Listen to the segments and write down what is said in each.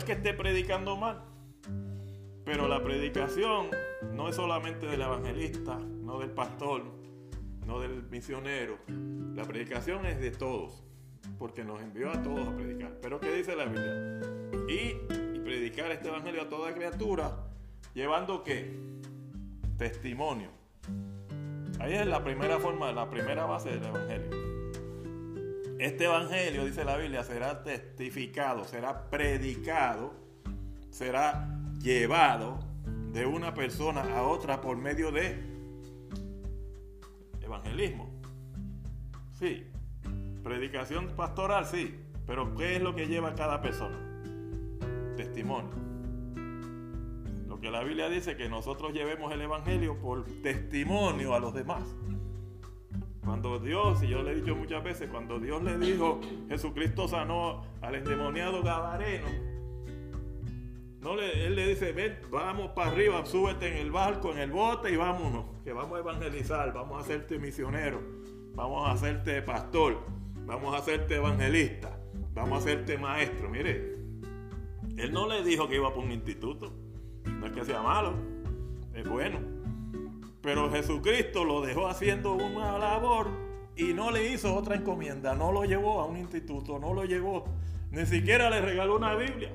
que esté predicando mal, pero la predicación no es solamente del evangelista, no del pastor, no del misionero. La predicación es de todos, porque nos envió a todos a predicar. Pero ¿qué dice la Biblia? Y predicar este evangelio a toda criatura, llevando ¿qué? Testimonio. Ahí es la primera forma, la primera base del evangelio. Este evangelio, dice la Biblia, será testificado, será predicado, será llevado de una persona a otra por medio de evangelismo. Sí, predicación pastoral, sí, pero ¿qué es lo que lleva cada persona? Testimonio. Lo que la Biblia dice, que nosotros llevemos el evangelio por testimonio a los demás. Cuando Dios, y yo le he dicho muchas veces, cuando Dios le dijo, Jesucristo sanó al endemoniado gadareno, él le dice, ven, vamos para arriba, súbete en el barco, en el bote y vámonos, que vamos a evangelizar, vamos a hacerte misionero, vamos a hacerte pastor, vamos a hacerte evangelista, vamos a hacerte maestro. Mire, él no le dijo que iba para un instituto, no es que sea malo, es bueno. Pero Jesucristo lo dejó haciendo una labor y no le hizo otra encomienda, no lo llevó a un instituto, no lo llevó, ni siquiera le regaló una Biblia.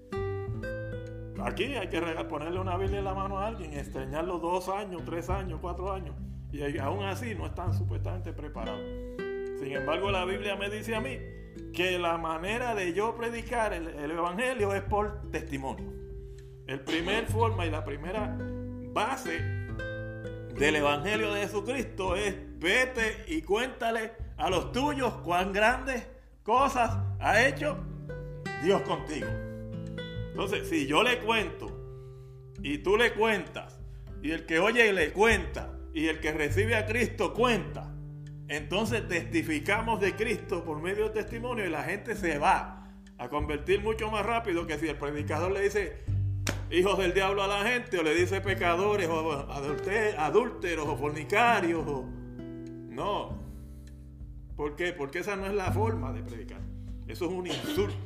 Aquí hay que ponerle una Biblia en la mano a alguien, extrañarlo 2 años, 3 años, 4 años, y aún así no están supuestamente preparados. Sin embargo, la Biblia me dice a mí que la manera de yo predicar el evangelio es por testimonio. El primer forma y la primera base del evangelio de Jesucristo es: vete y cuéntale a los tuyos cuán grandes cosas ha hecho Dios contigo. Entonces, si yo le cuento y tú le cuentas, y el que oye le cuenta, y el que recibe a Cristo cuenta, entonces testificamos de Cristo por medio del testimonio, y la gente se va a convertir mucho más rápido que si el predicador le dice hijos del diablo a la gente, o le dice pecadores, o adúlteros, o fornicarios, no. ¿Por qué? Porque esa no es la forma de predicar. Eso es un insulto.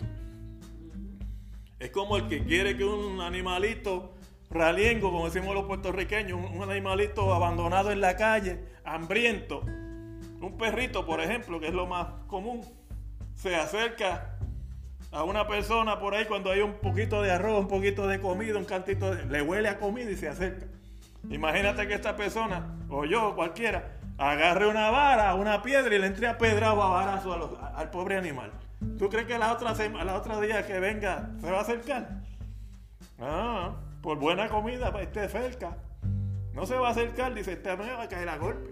Es como el que quiere que un animalito raliengo, como decimos los puertorriqueños, un animalito abandonado en la calle, hambriento, un perrito, por ejemplo, que es lo más común, se acerca a una persona por ahí cuando hay un poquito de arroz, un poquito de comida, un cantito le huele a comida y se acerca. Imagínate que esta persona, o yo, cualquiera, agarre una vara, una piedra y le entre a pedrado a barazo al pobre animal. ¿Tú crees que la otra día que venga se va a acercar? Por buena comida esté cerca. No se va a acercar, dice, este me va a caer a golpe.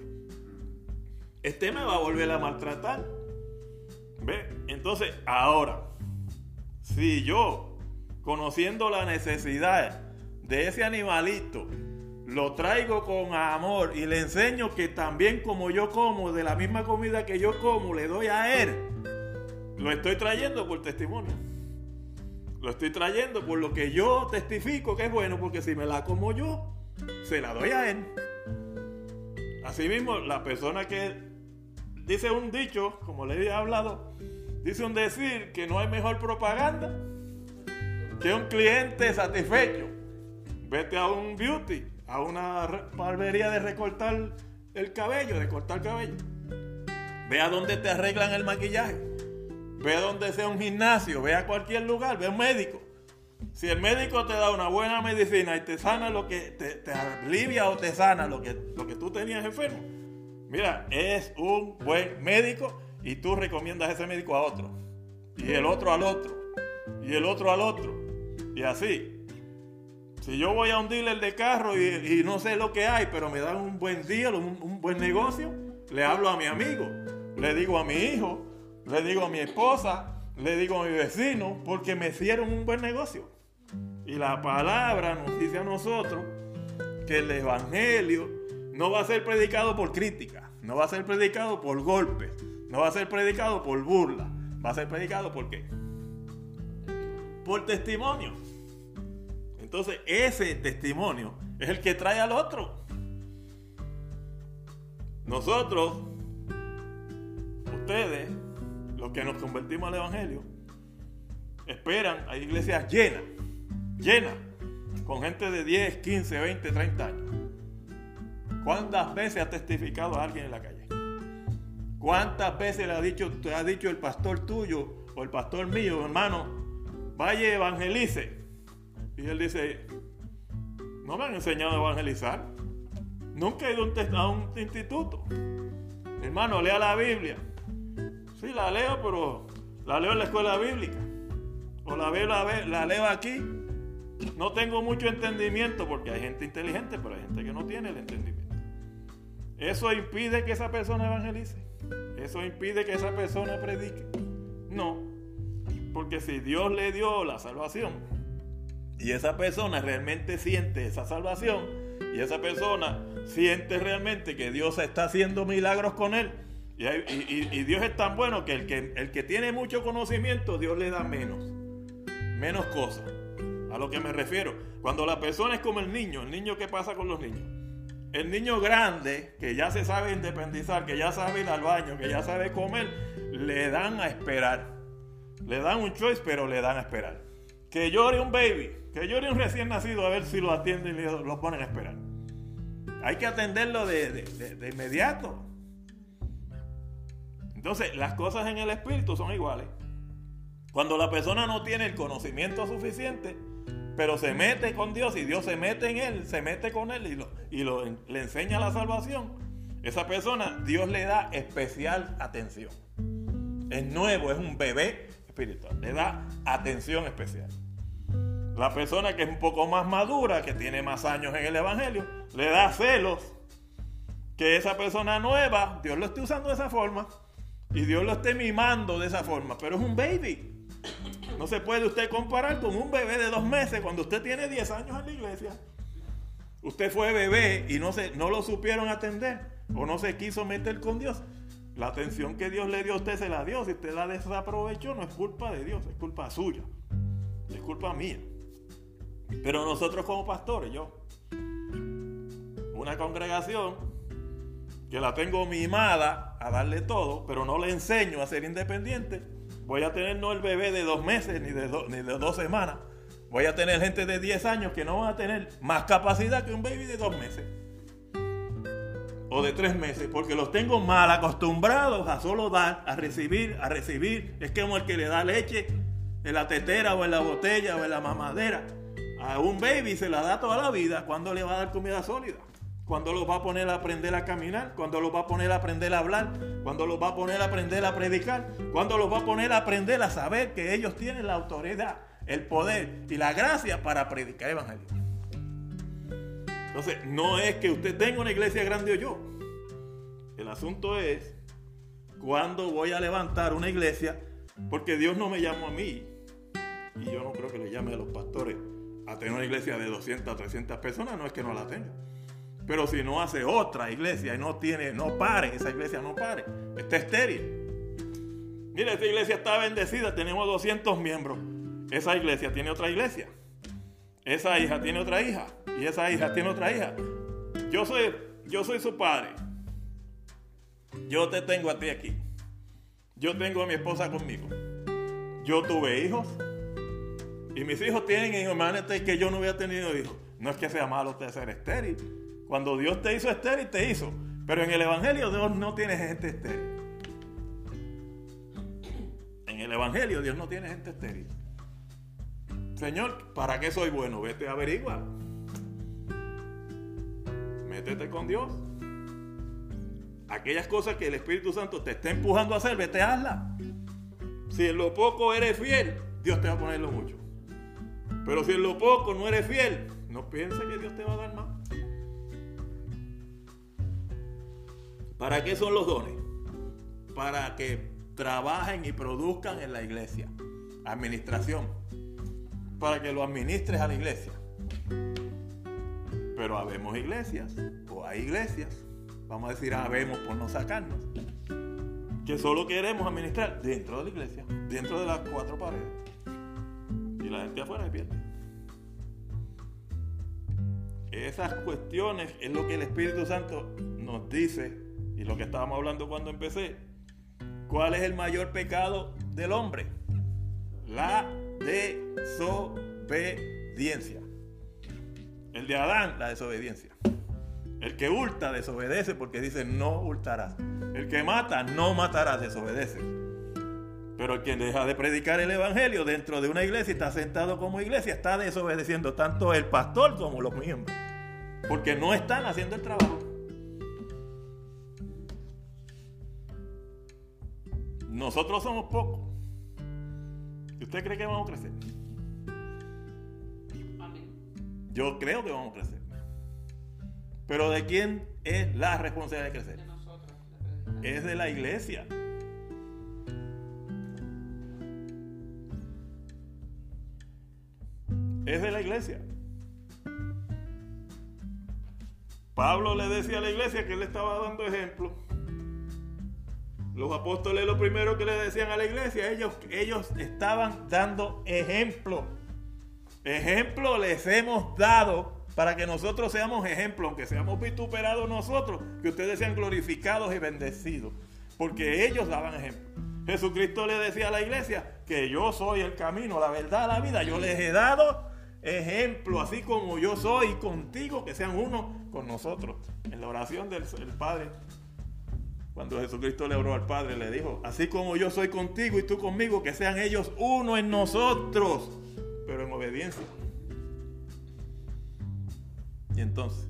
Este me va a volver a maltratar. ¿Ve? Entonces, ahora, si yo, conociendo la necesidad de ese animalito, lo traigo con amor y le enseño que también como yo como, de la misma comida que yo como, le doy a él, lo estoy trayendo por testimonio. Lo estoy trayendo por lo que yo testifico que es bueno, porque si me la como yo, se la doy a él. Asimismo, la persona que dice un dicho, como le he hablado, dice un decir que no hay mejor propaganda que un cliente satisfecho. Vete a un beauty, a una barbería de recortar el cabello, de cortar cabello. Ve a donde te arreglan el maquillaje. Ve a donde sea un gimnasio, ve a cualquier lugar, ve a un médico. Si el médico te da una buena medicina y te sana lo que te alivia o te sana lo que tú tenías enfermo, mira, es un buen médico y tú recomiendas a ese médico a otro. Y el otro al otro. Y el otro al otro. Y así. Si yo voy a un dealer de carro y no sé lo que hay, pero me dan un buen deal, un buen negocio, le hablo a mi amigo, le digo a mi hijo, le digo a mi esposa, le digo a mi vecino, porque me hicieron un buen negocio. Y la palabra nos dice a nosotros que el evangelio no va a ser predicado por crítica, no va a ser predicado por golpes, no va a ser predicado por burla, va a ser predicado ¿por qué? Por testimonio. Entonces ese testimonio es el que trae al otro. Nosotros, ustedes, los que nos convertimos al evangelio, esperan, hay iglesias llenas, con gente de 10, 15, 20, 30 años. ¿Cuántas veces ha testificado a alguien en la calle? ¿Cuántas veces te ha dicho el pastor tuyo o el pastor mío, hermano, vaya, evangelice? Y él dice, no me han enseñado a evangelizar. Nunca he ido a un instituto. Hermano, lea la Biblia. Sí, la leo, pero la leo en la escuela bíblica. O la leo aquí. No tengo mucho entendimiento, porque hay gente inteligente, pero hay gente que no tiene el entendimiento. ¿Eso impide que esa persona evangelice? ¿Eso impide que esa persona predique? No. Porque si Dios le dio la salvación y esa persona realmente siente esa salvación y esa persona siente realmente que Dios está haciendo milagros con él y Dios es tan bueno que el que tiene mucho conocimiento, Dios le da menos cosas. A lo que me refiero, cuando la persona es como el niño, ¿qué pasa con los niños? El niño grande, que ya se sabe independizar, que ya sabe ir al baño, que ya sabe comer, le dan a esperar. Le dan un choice, pero le dan a esperar. Que llore un baby, que llore un recién nacido, a ver si lo atienden y lo ponen a esperar. Hay que atenderlo de inmediato. Entonces, las cosas en el espíritu son iguales. Cuando la persona no tiene el conocimiento suficiente, pero se mete con Dios y Dios se mete en él, se mete con él le enseña la salvación, esa persona Dios le da especial atención. Es nuevo, es un bebé espiritual, le da atención especial. La persona que es un poco más madura, que tiene más años en el evangelio, le da celos que esa persona nueva Dios lo esté usando de esa forma y Dios lo esté mimando de esa forma, pero es un baby. No se puede usted comparar con un bebé de 2 meses cuando usted tiene 10 años en la iglesia. Usted fue bebé y no lo supieron atender o no se quiso meter con Dios. La atención que Dios le dio a usted se la dio. Si usted la desaprovechó, no es culpa de Dios, es culpa suya, es culpa mía. Pero nosotros como pastores, una congregación que la tengo mimada a darle todo, pero no le enseño a ser independiente, voy a tener no el bebé de 2 meses ni de 2 semanas. Voy a tener gente de 10 años que no van a tener más capacidad que un baby de 2 meses. O de 3 meses. Porque los tengo mal acostumbrados a solo dar, a recibir. Es como el que le da leche en la tetera o en la botella o en la mamadera. A un baby se la da toda la vida. ¿Cuándo le va a dar comida sólida? ¿Cuándo los va a poner a aprender a caminar? ¿Cuándo los va a poner a aprender a hablar? ¿Cuándo los va a poner a aprender a predicar? ¿Cuándo los va a poner a aprender a saber que ellos tienen la autoridad, el poder y la gracia para predicar el evangelio? Entonces, no es que usted tenga una iglesia grande o yo. El asunto es cuándo voy a levantar una iglesia, porque Dios no me llamó a mí. Y yo no creo que le llame a los pastores a tener una iglesia de 200 o 300 personas, no es que no la tenga. Pero si no hace otra iglesia y no pare, esa iglesia no pare, está estéril. Mira, esta iglesia está bendecida, tenemos 200 miembros. Esa iglesia tiene otra iglesia. Esa hija tiene otra hija. Y esa hija tiene otra hija. Yo soy su padre. Yo te tengo a ti aquí. Yo tengo a mi esposa conmigo. Yo tuve hijos. Y mis hijos tienen hijos. Imagínate que yo no hubiera tenido hijos. No es que sea malo usted ser estéril. Cuando Dios te hizo estéril, te hizo. Pero en el evangelio Dios no tiene gente estéril. En el evangelio Dios no tiene gente estéril. Señor, ¿para qué soy bueno? Vete a averiguar. Métete con Dios. Aquellas cosas que el Espíritu Santo te está empujando a hacer, vete a hazlas. Si en lo poco eres fiel, Dios te va a poner lo mucho. Pero si en lo poco no eres fiel, no pienses que Dios te va a dar más. ¿Para qué son los dones? Para que trabajen y produzcan en la iglesia. Administración. Para que lo administres a la iglesia. Pero habemos iglesias, o hay iglesias, vamos a decir habemos por no sacarnos, que solo queremos administrar dentro de la iglesia, dentro de las 4 paredes. Y la gente afuera se pierde. Esas cuestiones es lo que el Espíritu Santo nos dice, y lo que estábamos hablando cuando empecé. ¿Cuál es el mayor pecado del hombre? La desobediencia. El de Adán, la desobediencia. El que hurta, desobedece porque dice no hurtarás. El que mata, no matarás, desobedece. Pero el que deja de predicar el evangelio dentro de una iglesia y está sentado como iglesia, está desobedeciendo tanto el pastor como los miembros. Porque no están haciendo el trabajo. Nosotros somos pocos. ¿Y usted cree que vamos a crecer? Amén. Yo creo que vamos a crecer. Pero ¿de quién es la responsabilidad de crecer? De nosotros. Es de la iglesia. Es de la iglesia. Pablo le decía a la iglesia que él estaba dando ejemplo. Los apóstoles lo primero que le decían a la iglesia, ellos estaban dando ejemplo. Ejemplo les hemos dado para que nosotros seamos ejemplo, aunque seamos vituperados nosotros, que ustedes sean glorificados y bendecidos, porque ellos daban ejemplo. Jesucristo le decía a la iglesia que yo soy el camino, la verdad, la vida. Yo les he dado ejemplo, así como yo soy contigo, que sean uno con nosotros. En la oración del Padre, cuando Jesucristo le oró al Padre, le dijo, así como yo soy contigo y tú conmigo, que sean ellos uno en nosotros, pero en obediencia. Y entonces,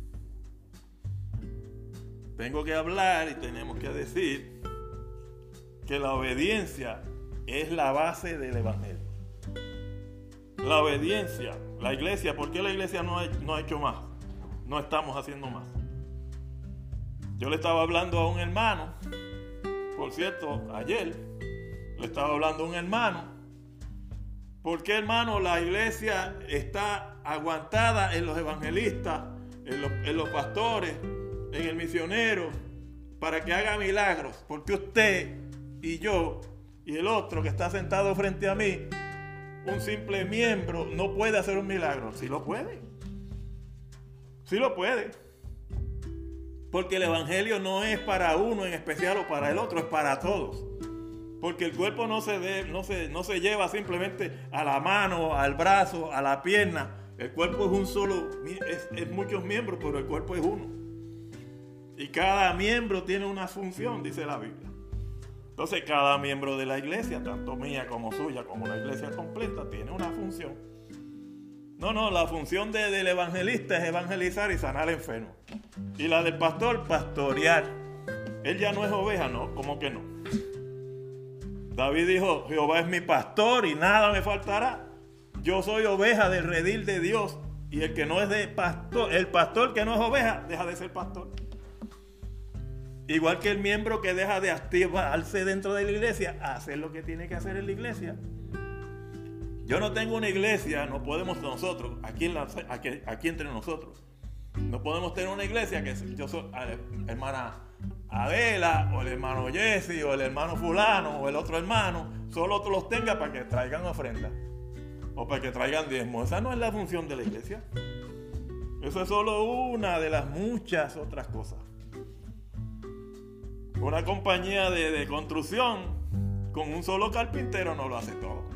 tengo que hablar y tenemos que decir que la obediencia es la base del evangelio. La obediencia, la iglesia, ¿por qué la iglesia no ha hecho más? No estamos haciendo más. Yo le estaba hablando a un hermano, por cierto, ayer, le estaba hablando a un hermano. ¿Por qué, hermano, la iglesia está aguantada en los evangelistas, en los pastores, en el misionero, para que haga milagros? Porque usted y yo y el otro que está sentado frente a mí, un simple miembro, no puede hacer un milagro. Sí lo puede. Sí lo puede. Porque el evangelio no es para uno en especial o para el otro, es para todos. Porque el cuerpo no se lleva simplemente a la mano, al brazo, a la pierna. El cuerpo es un solo, es muchos miembros, pero el cuerpo es uno. Y cada miembro tiene una función, dice la Biblia. Entonces cada miembro de la iglesia, tanto mía como suya, como la iglesia completa, tiene una función. No, la función del evangelista es evangelizar y sanar enfermos. Y la del pastor, pastorear. Él ya no es oveja, ¿no? ¿Cómo que no? David dijo, Jehová es mi pastor y nada me faltará. Yo soy oveja del redil de Dios. Y el que no es de pastor, el pastor que no es oveja, deja de ser pastor. Igual que el miembro que deja de activarse dentro de la iglesia, hacer lo que tiene que hacer en la iglesia. Yo no tengo una iglesia, no podemos nosotros, aquí entre nosotros, no podemos tener una iglesia que yo soy hermana Adela, o el hermano Jesse, o el hermano fulano, o el otro hermano, solo otros los tenga para que traigan ofrenda, o para que traigan diezmo. Esa no es la función de la iglesia. Eso es solo una de las muchas otras cosas. Una compañía de construcción con un solo carpintero no lo hace todo.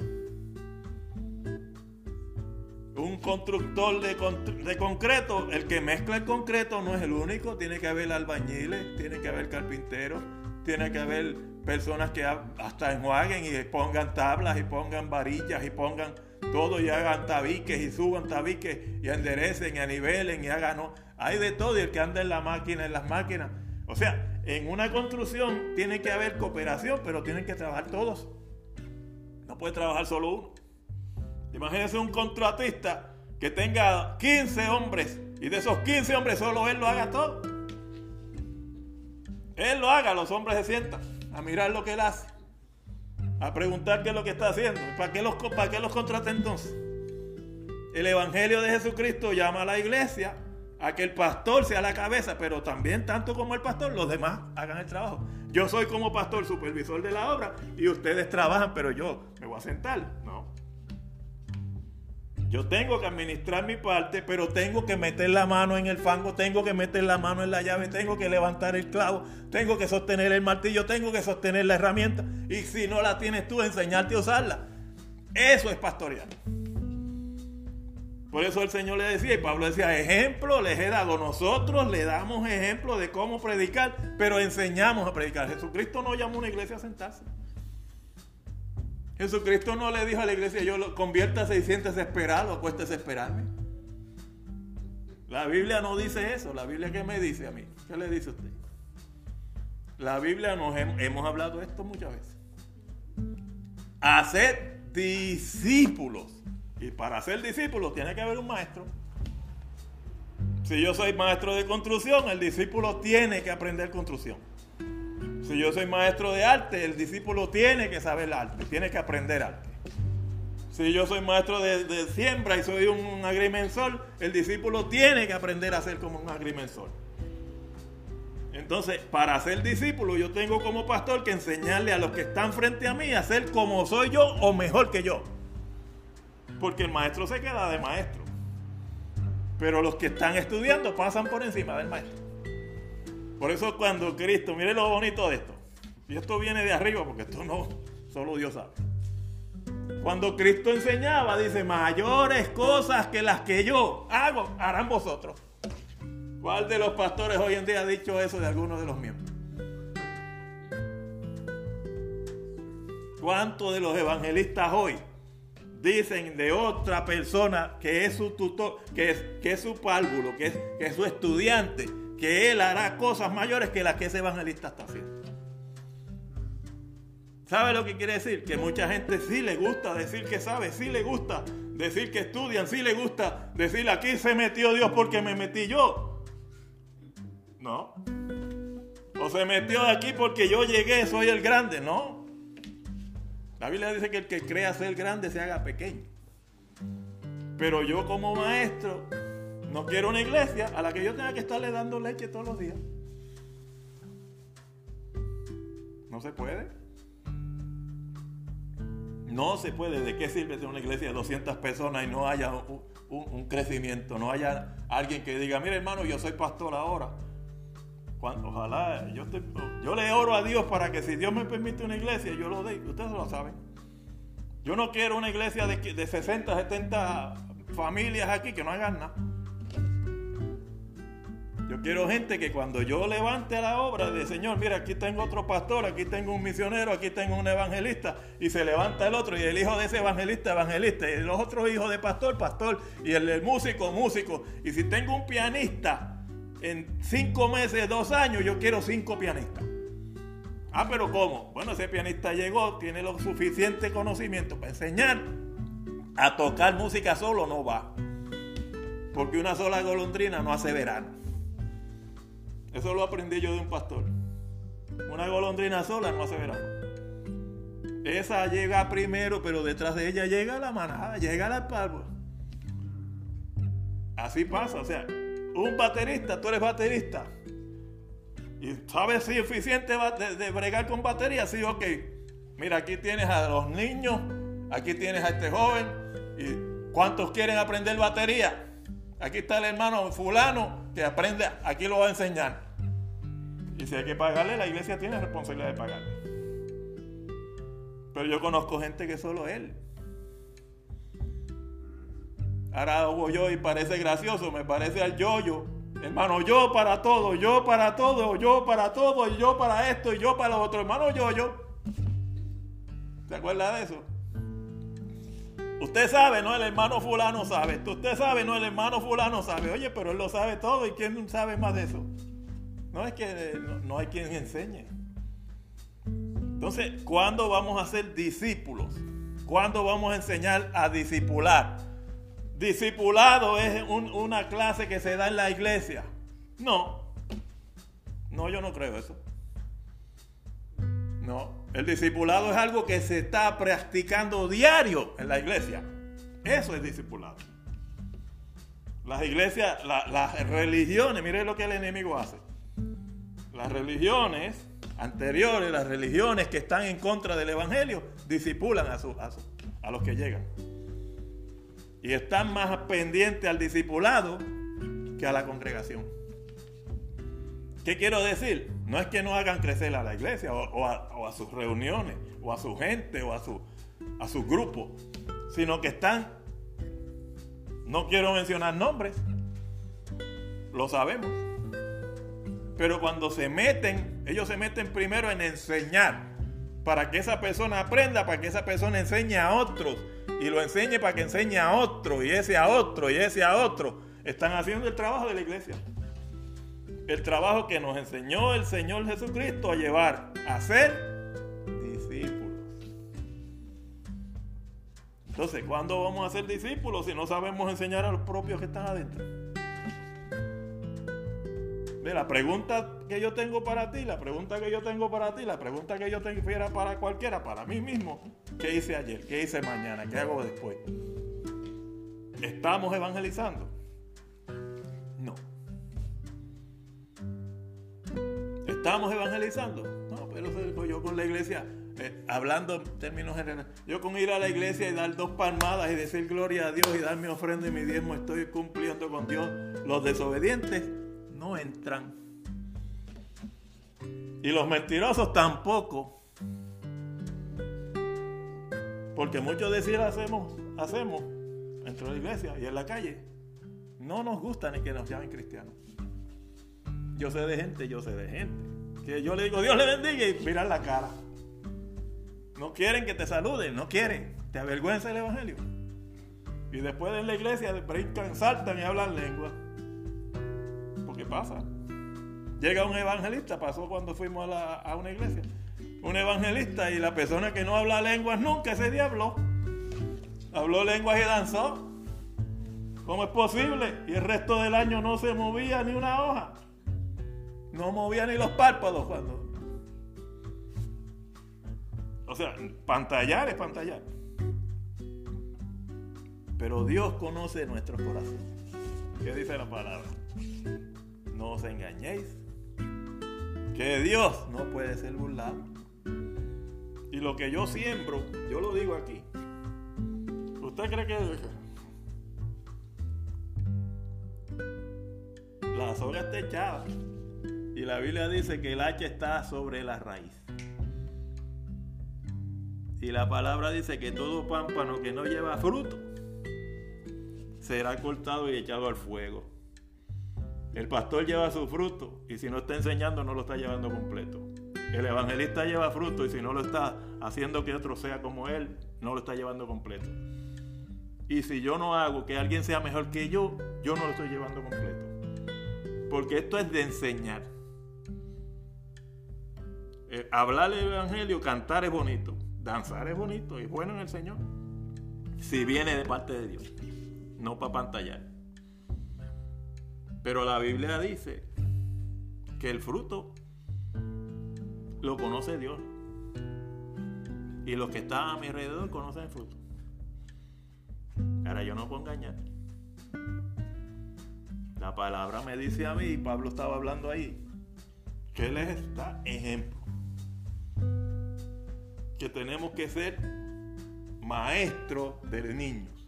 Un constructor de concreto, el que mezcla el concreto no es el único. Tiene que haber albañiles, tiene que haber carpinteros, tiene que haber personas que hasta enjuaguen y pongan tablas y pongan varillas y pongan todo y hagan tabiques y suban tabiques y enderecen y anivelen y hagan, ¿no? Hay de todo, y el que anda en la máquina, en las máquinas. O sea, en una construcción tiene que haber cooperación, pero tienen que trabajar todos. No puede trabajar solo uno. Imagínense un contratista que tenga 15 hombres y de esos 15 hombres solo él lo haga todo. Él lo haga, los hombres se sientan a mirar lo que él hace, a preguntar qué es lo que está haciendo. ¿Para qué los contrata entonces? El evangelio de Jesucristo llama a la iglesia a que el pastor sea la cabeza, pero también tanto como el pastor, los demás hagan el trabajo. Yo soy como pastor supervisor de la obra y ustedes trabajan, pero yo me voy a sentar. No. Yo tengo que administrar mi parte, pero tengo que meter la mano en el fango, tengo que meter la mano en la llave, tengo que levantar el clavo, tengo que sostener el martillo, tengo que sostener la herramienta. Y si no la tienes tú, enseñarte a usarla. Eso es pastorear. Por eso el Señor le decía, y Pablo decía, ejemplo les he dado. Nosotros le damos ejemplo de cómo predicar, pero enseñamos a predicar. Jesucristo no llamó a una iglesia a sentarse. Jesucristo no le dijo a la iglesia, conviértase y siéntese a esperar o acuéstese a esperarme. La Biblia no dice eso. La Biblia, ¿qué me dice a mí? ¿Qué le dice a usted? La Biblia hemos hablado de esto muchas veces. Hacer discípulos. Y para ser discípulo tiene que haber un maestro. Si yo soy maestro de construcción, el discípulo tiene que aprender construcción. Si yo soy maestro de arte, el discípulo tiene que saber arte, tiene que aprender arte. Si yo soy maestro de siembra y soy un agrimensor, el discípulo tiene que aprender a ser como un agrimensor. Entonces, para ser discípulo, yo tengo como pastor que enseñarle a los que están frente a mí a ser como soy yo o mejor que yo. Porque el maestro se queda de maestro. Pero los que están estudiando pasan por encima del maestro. Por eso cuando Cristo, mire lo bonito de esto. Y esto viene de arriba porque esto no, solo Dios sabe. Cuando Cristo enseñaba, dice, mayores cosas que las que yo hago, harán vosotros. ¿Cuál de los pastores hoy en día ha dicho eso de algunos de los miembros? ¿Cuántos de los evangelistas hoy dicen de otra persona que es su tutor, que es su párvulo, que es su estudiante, que él hará cosas mayores que las que ese evangelista está haciendo? ¿Sabe lo que quiere decir? Que mucha gente sí le gusta decir que sabe, sí le gusta decir que estudian, sí le gusta decir aquí se metió Dios porque me metí yo. No. O se metió aquí porque yo llegué, soy el grande. No. La Biblia dice que el que crea ser grande se haga pequeño. Pero yo como maestro no quiero una iglesia a la que yo tenga que estarle dando leche todos los días. No se puede. No se puede. ¿De qué sirve tener una iglesia de 200 personas y no haya un crecimiento? No haya alguien que diga, mire hermano, yo soy pastor ahora. Ojalá, yo le oro a Dios para que si Dios me permite una iglesia, yo lo dé. Ustedes lo saben. Yo no quiero una iglesia de 60, 70 familias aquí que no hagan nada. Yo quiero gente que cuando yo levante la obra de Señor, mira, aquí tengo otro pastor, aquí tengo un misionero, aquí tengo un evangelista, y se levanta el otro, y el hijo de ese evangelista, y los otros hijos de pastor, y el músico, y si tengo un pianista, en 5 meses, 2 años, yo quiero 5 pianistas. Ah, pero ¿cómo? Bueno, ese pianista llegó, tiene lo suficiente conocimiento para enseñar. A tocar música solo no va. Porque una sola golondrina no hace verano. Eso lo aprendí yo de un pastor. Una golondrina sola no hace verano. Esa llega primero, pero detrás de ella llega la manada, llega la palma. Así pasa, o sea, un baterista, tú eres baterista y sabes si es suficiente de bregar con batería, sí, ok. Mira, aquí tienes a los niños, aquí tienes a este joven, y ¿cuántos quieren aprender batería? Aquí está el hermano fulano que aprende, aquí lo va a enseñar. Y si hay que pagarle, la iglesia tiene responsabilidad de pagarle. Pero yo conozco gente que solo él. Ahora hago yo y parece gracioso, me parece al yo-yo. Hermano, yo para todo, yo para todo, yo para todo, y yo para esto, y yo para lo otro. Hermano, yo. ¿Se acuerda de eso? Usted sabe, ¿no? El hermano fulano sabe. Usted sabe, ¿no? El hermano fulano sabe. Oye, pero él lo sabe todo, ¿y quién sabe más de eso? No es que no hay quien enseñe. Entonces, ¿cuándo vamos a ser discípulos? ¿Cuándo vamos a enseñar a discipular? Discipulado es una clase que se da en la iglesia. No, yo no creo eso. No, el discipulado es algo que se está practicando diario en la iglesia. Eso es discipulado. Las iglesias, las religiones, mire lo que el enemigo hace. Las religiones anteriores, las religiones que están en contra del evangelio, discipulan a los que llegan. Y están más pendientes al discipulado que a la congregación. ¿Qué quiero decir? No es que no hagan crecer a la iglesia o a sus reuniones, o a su gente, o a su grupo. sino que están, no quiero mencionar nombres, lo sabemos, pero cuando se meten, ellos se meten primero en enseñar, para que esa persona aprenda, para que esa persona enseñe a otros, y lo enseñe para que enseñe a otro, y ese a otro, y ese a otro. Están haciendo el trabajo de la iglesia, el trabajo que nos enseñó el Señor Jesucristo a llevar, a ser discípulos. Entonces, ¿cuándo vamos a ser discípulos si no sabemos enseñar a los propios que están adentro? La pregunta que yo tengo para ti, la pregunta que yo tengo para ti, la pregunta que yo tuviera para cualquiera, para mí mismo: ¿qué hice ayer? ¿Qué hice mañana? ¿Qué hago después? ¿Estamos evangelizando? No. ¿Estamos evangelizando? No, pero yo con la iglesia, hablando en términos generales, yo con ir a la iglesia y dar 2 palmadas y decir gloria a Dios y dar mi ofrenda y mi diezmo, estoy cumpliendo con Dios. Los desobedientes no entran. Y los mentirosos tampoco. Porque muchos decir hacemos dentro de la iglesia y en la calle. No nos gusta ni que nos llamen cristianos. Yo sé de gente que yo le digo Dios le bendiga y miran la cara. No quieren que te saluden, no quieren. Te avergüenza el evangelio. Y después en la iglesia brincan, saltan y hablan lengua. ¿Qué pasa? Llega un evangelista, pasó cuando fuimos a una iglesia, un evangelista, y la persona que no habla lenguas nunca, ese día habló lenguas y danzó. ¿Cómo es posible? Y el resto del año no se movía ni una hoja, no movía ni los párpados cuando. O sea, pantallar es pantallar. Pero Dios conoce nuestros corazones. ¿Qué dice la palabra? No os engañéis, que Dios no puede ser burlado. Y lo que yo siembro, yo lo digo aquí. ¿Usted cree que la soga está echada? Y la Biblia dice que el hacha está sobre la raíz. Y la palabra dice que todo pámpano que no lleva fruto será cortado y echado al fuego. El pastor lleva su fruto y si no está enseñando no lo está llevando completo. El evangelista lleva fruto y si no lo está haciendo que otro sea como él, no lo está llevando completo. Y si yo no hago que alguien sea mejor que yo no lo estoy llevando completo. Porque esto es de enseñar. Hablar el evangelio, cantar es bonito, danzar es bonito y bueno en el Señor. Si viene de parte de Dios, no para pantallar. Pero la Biblia dice que el fruto lo conoce Dios. Y los que están a mi alrededor conocen el fruto. Ahora yo no puedo engañar. La palabra me dice a mí, y Pablo estaba hablando ahí, que él está ejemplo. Que tenemos que ser maestros de niños.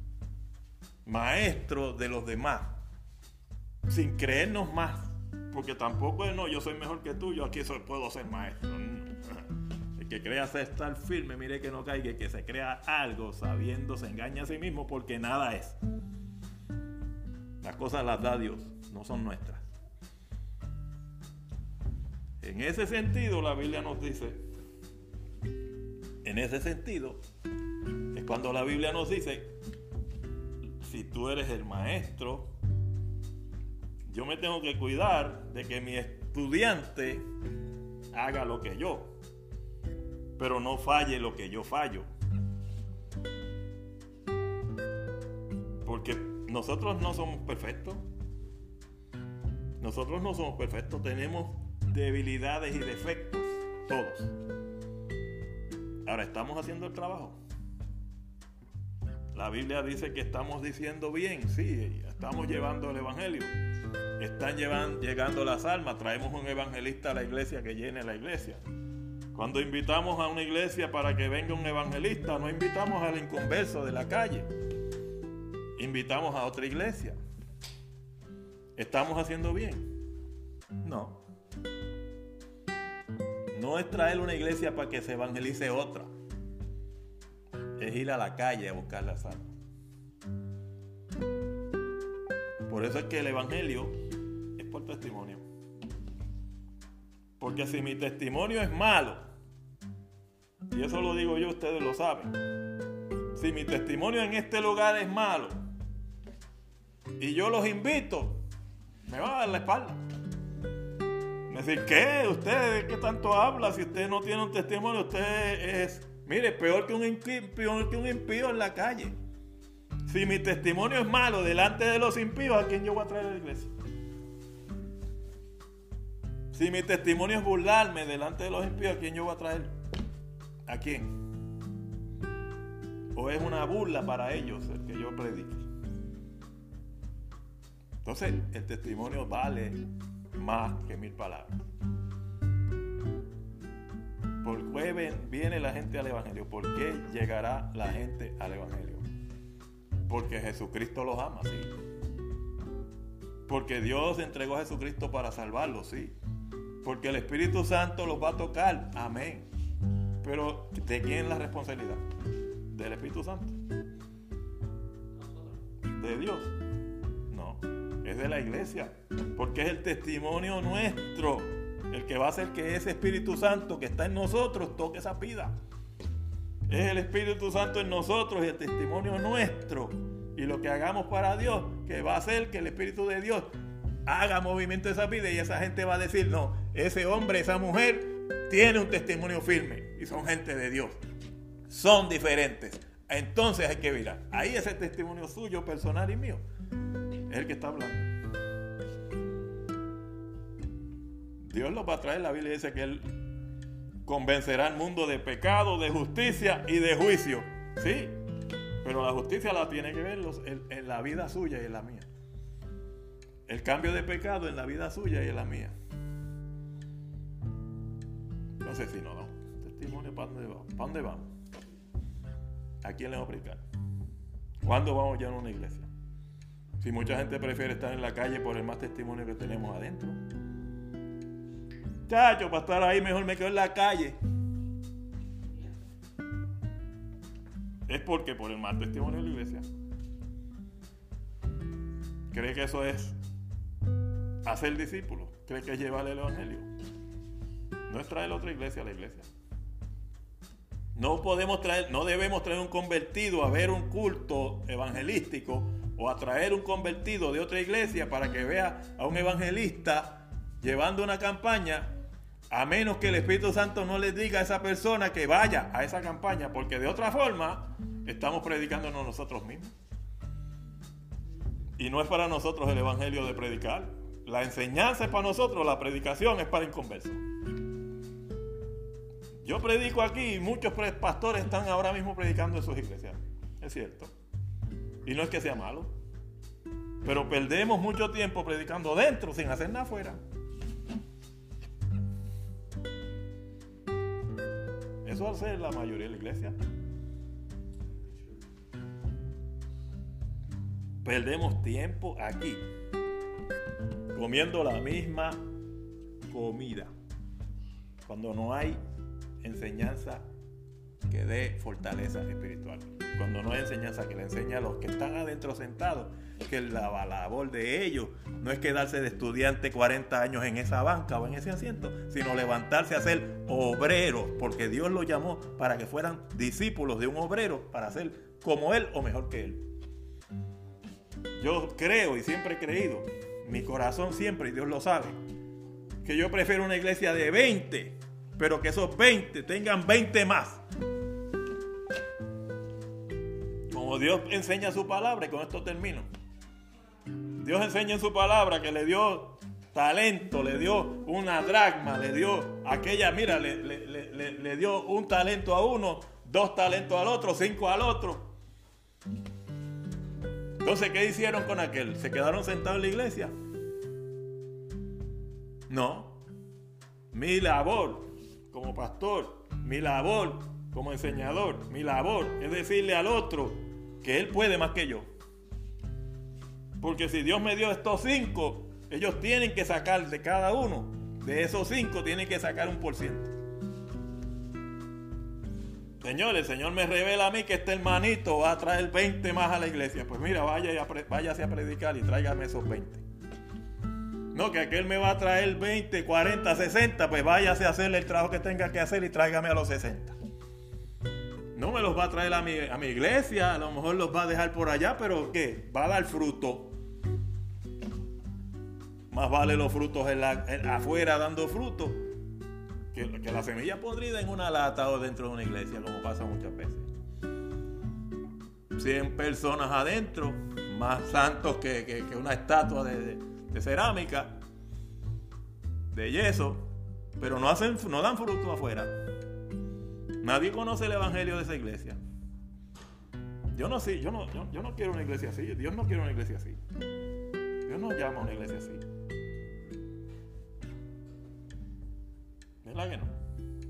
Maestros de los demás. Sin creernos más, porque tampoco es yo soy mejor que tú, yo aquí puedo ser maestro. El que crea estar firme, mire que no caiga, que se crea algo sabiendo, se engaña a sí mismo, porque nada es. Las cosas las da Dios, no son nuestras. En ese sentido, la Biblia nos dice, en ese sentido, es cuando la Biblia nos dice, si tú eres el maestro, yo me tengo que cuidar de que mi estudiante haga lo que yo, pero no falle lo que yo fallo. Porque nosotros no somos perfectos. Nosotros no somos perfectos, tenemos debilidades y defectos, todos. Ahora, ¿estamos haciendo el trabajo? La Biblia dice que estamos diciendo bien, sí, estamos llevando el evangelio. Están llegando las almas, traemos un evangelista a la iglesia que llene la iglesia. Cuando invitamos a una iglesia para que venga un evangelista, no invitamos al inconverso de la calle, invitamos a otra iglesia. ¿Estamos haciendo bien? No. No es traer una iglesia para que se evangelice otra. es ir a la calle a buscar las almas. Por eso es que el evangelio es por testimonio. Porque si mi testimonio es malo, y eso lo digo yo, ustedes lo saben, si mi testimonio en este lugar es malo y yo los invito, me van a dar la espalda. Decir, ¿qué? ¿Usted qué tanto habla? Si usted no tiene un testimonio, usted es, mire, peor que un impío en la calle. Si mi testimonio es malo delante de los impíos, ¿a quién yo voy a traer a la iglesia? Si mi testimonio es burlarme delante de los impíos, ¿a quién yo voy a traer? ¿A quién? ¿O es una burla para ellos el que yo predique? Entonces, el testimonio vale más que 1000 palabras. ¿Por qué viene la gente al evangelio? ¿Por qué llegará la gente al evangelio? Porque Jesucristo los ama, sí. Porque Dios entregó a Jesucristo para salvarlos, sí. Porque el Espíritu Santo los va a tocar, amén. Pero ¿de quién es la responsabilidad? ¿Del Espíritu Santo? ¿De Dios? No, es de la iglesia. Porque es el testimonio nuestro el que va a hacer que ese Espíritu Santo que está en nosotros toque esa vida. Es el Espíritu Santo en nosotros y el testimonio nuestro y lo que hagamos para Dios que va a hacer que el Espíritu de Dios haga movimiento de esa vida y esa gente va a decir, no, ese hombre, esa mujer tiene un testimonio firme y son gente de Dios, son diferentes. Entonces hay que mirar, ahí ese testimonio suyo, personal y mío, es el que está hablando. Dios los va a traer. La Biblia dice que Él convencerá al mundo de pecado, de justicia y de juicio. Sí, pero la justicia la tiene que ver en la vida suya y en la mía. El cambio de pecado en la vida suya y en la mía. No sé si no, testimonio, ¿para dónde vamos? ¿Para dónde vamos? ¿A quién le vamos a predicar? ¿Cuándo vamos ya a una iglesia? Si mucha gente prefiere estar en la calle por el más testimonio que tenemos adentro. Chacho, para estar ahí mejor me quedo en la calle. Es porque por el mal testimonio de la iglesia. ¿Cree que eso es hacer discípulos? ¿Cree que es llevarle el evangelio? No es traer otra iglesia a la iglesia. No debemos traer un convertido a ver un culto evangelístico o a traer un convertido de otra iglesia para que vea a un evangelista llevando una campaña, a menos que el Espíritu Santo no le diga a esa persona que vaya a esa campaña, porque de otra forma estamos predicándonos nosotros mismos. Y no es para nosotros el evangelio de predicar. La enseñanza es para nosotros, la predicación es para inconversos. Yo predico aquí y muchos pastores están ahora mismo predicando en sus iglesias. Es cierto. Y no es que sea malo. Pero perdemos mucho tiempo predicando dentro sin hacer nada afuera. Eso hace la mayoría de la iglesia. Perdemos tiempo aquí comiendo la misma comida cuando no hay enseñanza que dé fortaleza espiritual, cuando no hay enseñanza que le enseñe a los que están adentro sentados que la labor de ellos no es quedarse de estudiante 40 años en esa banca o en ese asiento, sino levantarse a ser obreros, porque Dios los llamó para que fueran discípulos de un obrero, para ser como él o mejor que él. Yo creo y siempre he creído, mi corazón siempre, y Dios lo sabe, que yo prefiero una iglesia de 20, pero que esos 20 tengan 20 más. Como Dios enseña su palabra, y con esto termino. Dios enseña en su palabra que le dio talento, le dio una dracma, le dio aquella, mira, le dio un talento a uno, 2 talentos al otro, 5 al otro. Entonces, ¿qué hicieron con aquel? ¿Se quedaron sentados en la iglesia? No. Mi labor como pastor, mi labor como enseñador, mi labor es decirle al otro que él puede más que yo. Porque si Dios me dio estos 5, ellos tienen que sacar de cada uno, de esos 5 tienen que sacar 1%. Señor, el Señor me revela a mí que este hermanito va a traer 20 más a la iglesia. Pues mira, váyase a predicar y tráigame esos 20. No, que aquel me va a traer 20, 40, 60, pues váyase a hacerle el trabajo que tenga que hacer y tráigame a los 60. No me los va a traer a mi iglesia, a lo mejor los va a dejar por allá, pero ¿qué? Va a dar fruto. Más vale los frutos afuera dando fruto que la semilla podrida en una lata o dentro de una iglesia, como pasa muchas veces. 100 personas adentro, más santos que una estatua de cerámica, de yeso, pero no dan fruto afuera. Nadie conoce el evangelio de esa iglesia. Yo no quiero una iglesia así. Dios no quiere una iglesia así. Dios no llama a una iglesia así. ¿Verdad que no?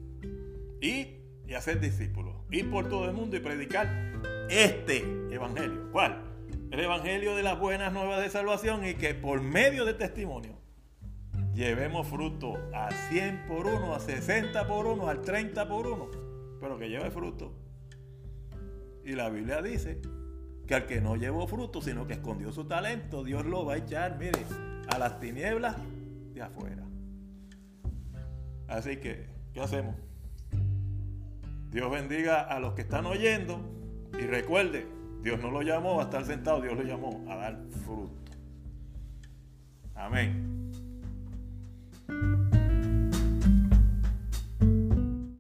Y hacer discípulos. Ir por todo el mundo y predicar este evangelio. ¿Cuál? El evangelio de las buenas nuevas de salvación, y que por medio de testimonio llevemos fruto a 100 por 1, a 60 por 1, al 30 por 1, pero que lleve fruto. Y la Biblia dice que al que no llevó fruto, sino que escondió su talento, Dios lo va a echar, mire, a las tinieblas de afuera. Así que, ¿qué hacemos? Dios bendiga a los que están oyendo, y recuerde, Dios no lo llamó a estar sentado, Dios lo llamó a dar fruto. Amén.